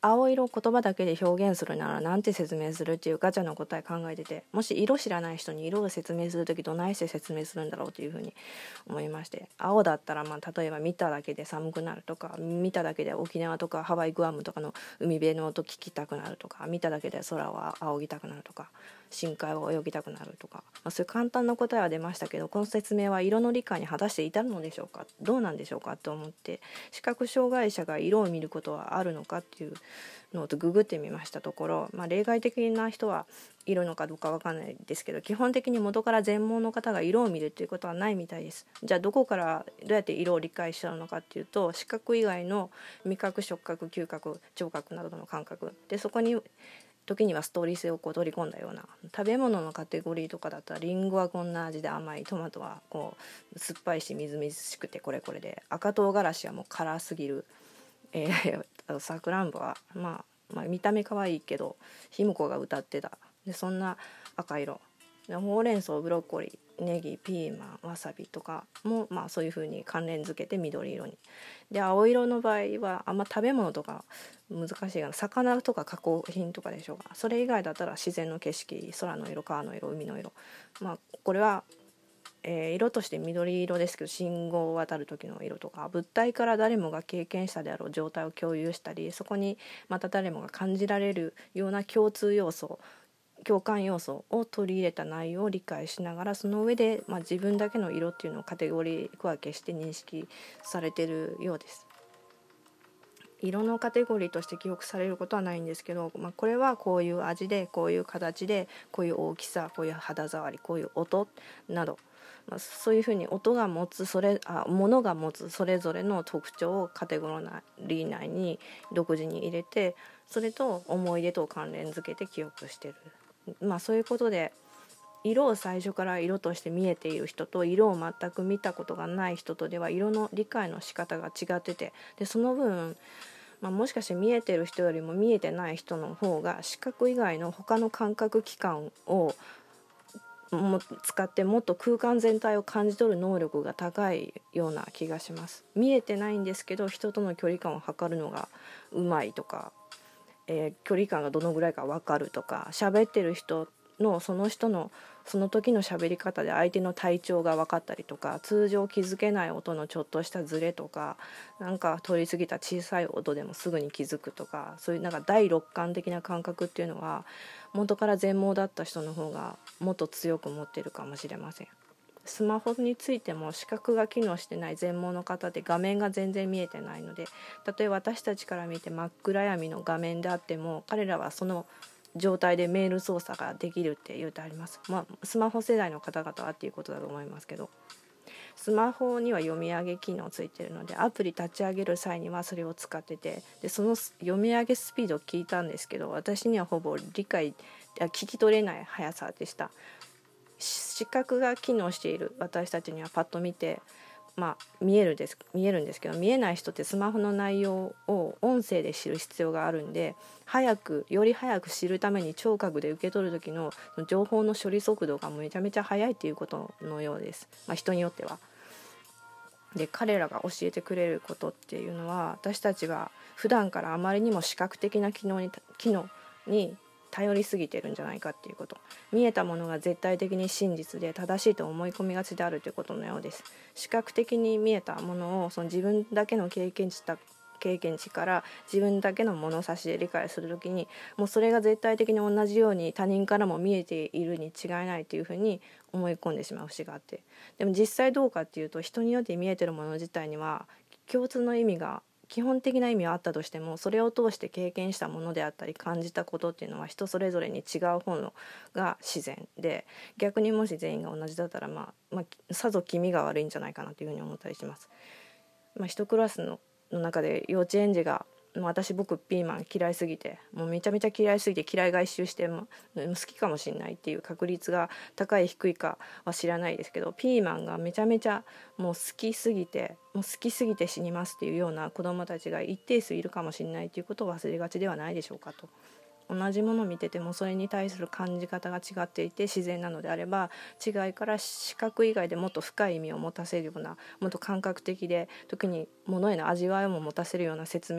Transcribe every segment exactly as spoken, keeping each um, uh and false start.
青色を言葉だけで表現するならなんて説明するっていうガチャの答え考えてて、もし色知らない人に色を説明するときどないして説明するんだろうというふうに思いまして、青だったらまあ例えば見ただけで寒くなるとか、見ただけで沖縄とかハワイグアムとかの海辺の音聞きたくなるとか、見ただけで空を仰ぎたくなるとか、深海を泳ぎたくなるとか、まあ、そういう簡単な答えは出ましたけど、この説明は色の理解に果たして至るのでしょうか、どうなんでしょうかと思って、視覚障害者が色を見ることはあるのかっていうのをググってみましたところ、まあ、例外的な人はいるのかどうかわかんないですけど、基本的に元から全盲の方が色を見るっていうことはないみたいです。じゃあどこからどうやって色を理解しちゃうのかっていうと、視覚以外の味覚、触覚、嗅覚、聴覚などの感覚で、そこに時にはストーリー性をこう取り込んだような、食べ物のカテゴリーとかだったらリンゴはこんな味で甘い、トマトはこう酸っぱいしみずみずしくてこれこれで、赤唐辛子はもう辛すぎる、えー、さくらんぼは、まあ、まあ見た目可愛いけどひむこが歌ってたで、そんな赤色で、ほうれん草、ブロッコリー、ネギ、ピーマン、わさびとかも、まあ、そういう風に関連づけて緑色に。で青色の場合はあんま食べ物とか難しいがな、魚とか加工品とかでしょうか。それ以外だったら自然の景色、空の色、川の色、海の色、まあこれは、えー、色として緑色ですけど、信号を渡る時の色とか、物体から誰もが経験したであろう状態を共有したり、そこにまた誰もが感じられるような共通要素、共感要素を取り入れた内容を理解しながら、その上で、まあ、自分だけの色っていうのをカテゴリー区分けして認識されているようです。色のカテゴリーとして記憶されることはないんですけど、まあ、これはこういう味で、こういう形で、こういう大きさ、こういう肌触り、こういう音など、まあ、そういうふうに音が持つそれあ物が持つそれぞれの特徴をカテゴリー内に独自に入れて、それと思い出と関連づけて記憶してる。まあそういうことで、色を最初から色として見えている人と色を全く見たことがない人とでは色の理解の仕方が違ってて、でその分、まあ、もしかして見えてる人よりも見えてない人の方が視覚以外の他の感覚器官をも使ってもっと空間全体を感じ取る能力が高いような気がします。見えてないんですけど人との距離感を測るのがうまいとか、えー、距離感がどのぐらいか分かるとか、喋ってる人のその人のその時の喋り方で相手の体調が分かったりとか、通常気づけない音のちょっとしたズレとか、なんか通り過ぎた小さい音でもすぐに気づくとか、そういうなんか第六感的な感覚っていうのは元から全盲だった人の方がもっと強く持っているかもしれません。スマホについても視覚が機能してない全盲の方で画面が全然見えてないので、たとえ私たちから見て真っ暗闇の画面であっても彼らはその状態でメール操作ができるって言うてあります。まあスマホ世代の方々はっていうことだと思いますけど、スマホには読み上げ機能ついてるのでアプリ立ち上げる際にはそれを使ってて、でその読み上げスピードを聞いたんですけど、私にはほぼ理解聞き取れない速さでした。視覚が機能している私たちにはパッと見て、まあ、見えるです見えるんですけど、見えない人ってスマホの内容を音声で知る必要があるんで、早くより早く知るために聴覚で受け取る時の情報の処理速度がめちゃめちゃ速いということのようです、まあ、人によっては。で彼らが教えてくれることっていうのは、私たちが普段からあまりにも視覚的な機能に機能に頼りすぎてるんじゃないかっていうこと、見えたものが絶対的に真実で正しいと思い込みがちであるということのようです。視覚的に見えたものをその自分だけの経験した経験値から自分だけの物差しで理解するときに、もうそれが絶対的に同じように他人からも見えているに違いないというふうに思い込んでしまう節があって、でも実際どうかっていうと、人によって見えてるもの自体には共通の意味が基本的な意味はあったとしても、それを通して経験したものであったり感じたことっていうのは人それぞれに違う方のが自然で、逆にもし全員が同じだったら、まあ、まあさぞ気味が悪いんじゃないかなというふうに思ったりします。まあ、一クラスのの中で幼稚園児が、私僕ピーマン嫌いすぎてもうめちゃめちゃ嫌いすぎて嫌いが一周して、ま、好きかもしれないっていう確率が高い低いかは知らないですけど、ピーマンがめちゃめちゃもう好きすぎてもう好きすぎて死にますっていうような子どもたちが一定数いるかもしれないということを忘れがちではないでしょうかと。同じものを見ててもそれに対する感じ方が違っていて自然なのであれば、違いから視覚以外でもっと深い意味を持たせるような、もっと感覚的で時に物への味わいも持たせるような説明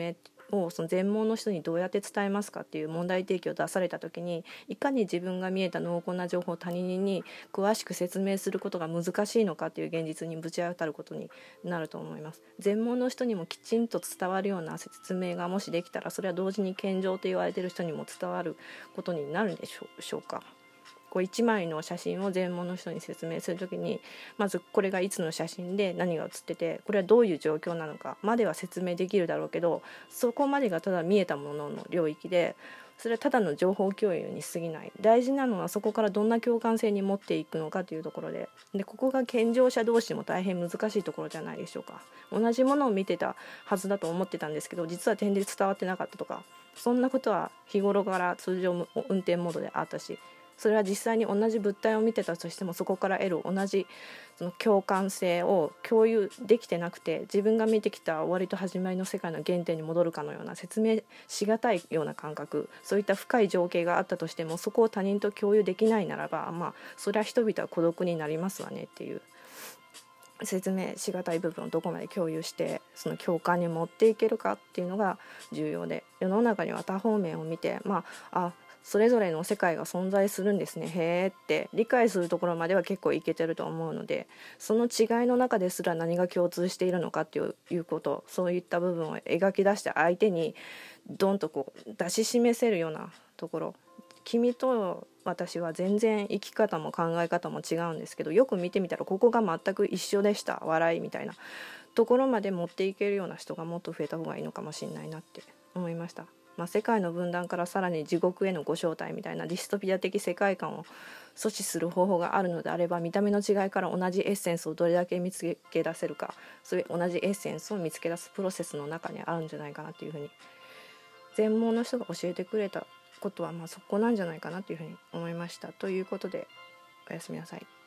をその全盲の人にどうやって伝えますかっていう問題提起を出された時に、いかに自分が見えた濃厚な情報を他人に詳しく説明することが難しいのかっていう現実にぶち当たることになると思います。全盲の人にもきちんと伝わるような説明がもしできたら、それは同時に健常と言われている人にも伝わることになるんでしょうか。こういちまいの写真を全盲の人に説明するときに、まずこれがいつの写真で何が写ってて、これはどういう状況なのかまでは説明できるだろうけど、そこまでがただ見えたものの領域で、それはただの情報共有に過ぎない。大事なのはそこからどんな共感性に持っていくのかというところで、でここが健常者同士も大変難しいところじゃないでしょうか。同じものを見てたはずだと思ってたんですけど、実は点で伝わってなかったとか、そんなことは日頃から通常運転モードであったし、それは実際に同じ物体を見てたとしても、そこから得る同じその共感性を共有できてなくて、自分が見てきた終わりと始まりの世界の原点に戻るかのような説明しがたいような感覚、そういった深い情景があったとしても、そこを他人と共有できないならば、まあそれは人々は孤独になりますわねっていう、説明しがたい部分をどこまで共有してその共感に持っていけるかっていうのが重要で、世の中には多方面を見て、まああそれぞれの世界が存在するんですね、へーって理解するところまでは結構いけてると思うので、その違いの中ですら何が共通しているのかっていうこと、そういった部分を描き出して相手にドンとこう出し示せるようなところ、君と私は全然生き方も考え方も違うんですけど、よく見てみたらここが全く一緒でした、笑いみたいなところまで持っていけるような人がもっと増えた方がいいのかもしれないなって思いました。まあ、世界の分断からさらに地獄へのご招待みたいなディストピア的世界観を阻止する方法があるのであれば、見た目の違いから同じエッセンスをどれだけ見つけ出せるか、そういう同じエッセンスを見つけ出すプロセスの中にあるんじゃないかなというふうに、全盲の人が教えてくれたことはまあそこなんじゃないかなというふうに思いました。ということでおやすみなさい。